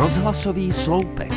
Rozhlasový sloupek.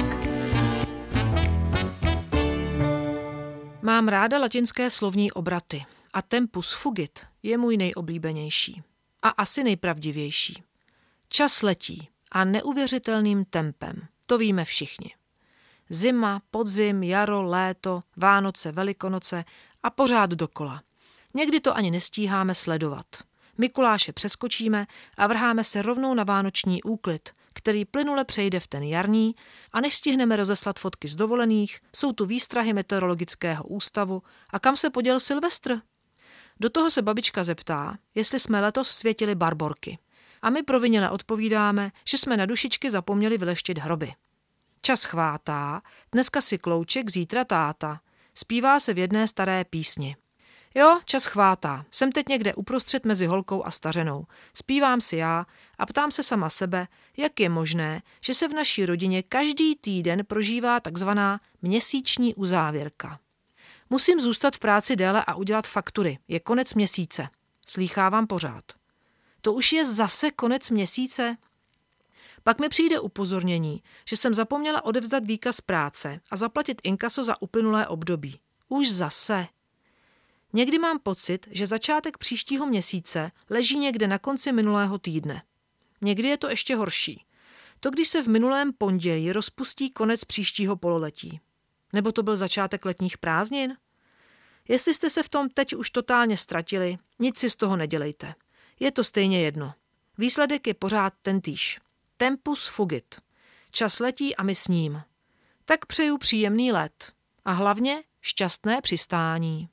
Mám ráda latinské slovní obraty a tempus fugit je můj nejoblíbenější a asi nejpravdivější. Čas letí a neuvěřitelným tempem, to víme všichni. Zima, podzim, jaro, léto, Vánoce, Velikonoce a pořád dokola. Někdy to ani nestíháme sledovat. Mikuláše přeskočíme a vrháme se rovnou na vánoční úklid, který plynule přejde v ten jarní a než stihneme rozeslat fotky z dovolených, jsou tu výstrahy Meteorologického ústavu a kam se poděl Silvestr? Do toho se babička zeptá, jestli jsme letos světili barborky. A my proviněle odpovídáme, že jsme na dušičky zapomněli vyleštit hroby. Čas chvátá, dneska si klouček, zítra táta. Zpívá se v jedné staré písni. Jo, čas chvátá. Jsem teď někde uprostřed mezi holkou a stařenou. Zpívám si já a ptám se sama sebe, jak je možné, že se v naší rodině každý týden prožívá takzvaná měsíční uzávěrka. Musím zůstat v práci déle a udělat faktury. Je konec měsíce. Slýchávám pořád. To už je zase konec měsíce? Pak mi přijde upozornění, že jsem zapomněla odevzdat výkaz práce a zaplatit inkaso za uplynulé období. Už zase. Někdy mám pocit, že začátek příštího měsíce leží někde na konci minulého týdne. Někdy je to ještě horší. To, když se v minulém pondělí rozpustí konec příštího pololetí. Nebo to byl začátek letních prázdnin? Jestli jste se v tom teď už totálně ztratili, nic si z toho nedělejte. Je to stejně jedno. Výsledek je pořád tentýž. Tempus fugit. Čas letí a my s ním. Tak přeju příjemný let. A hlavně šťastné přistání.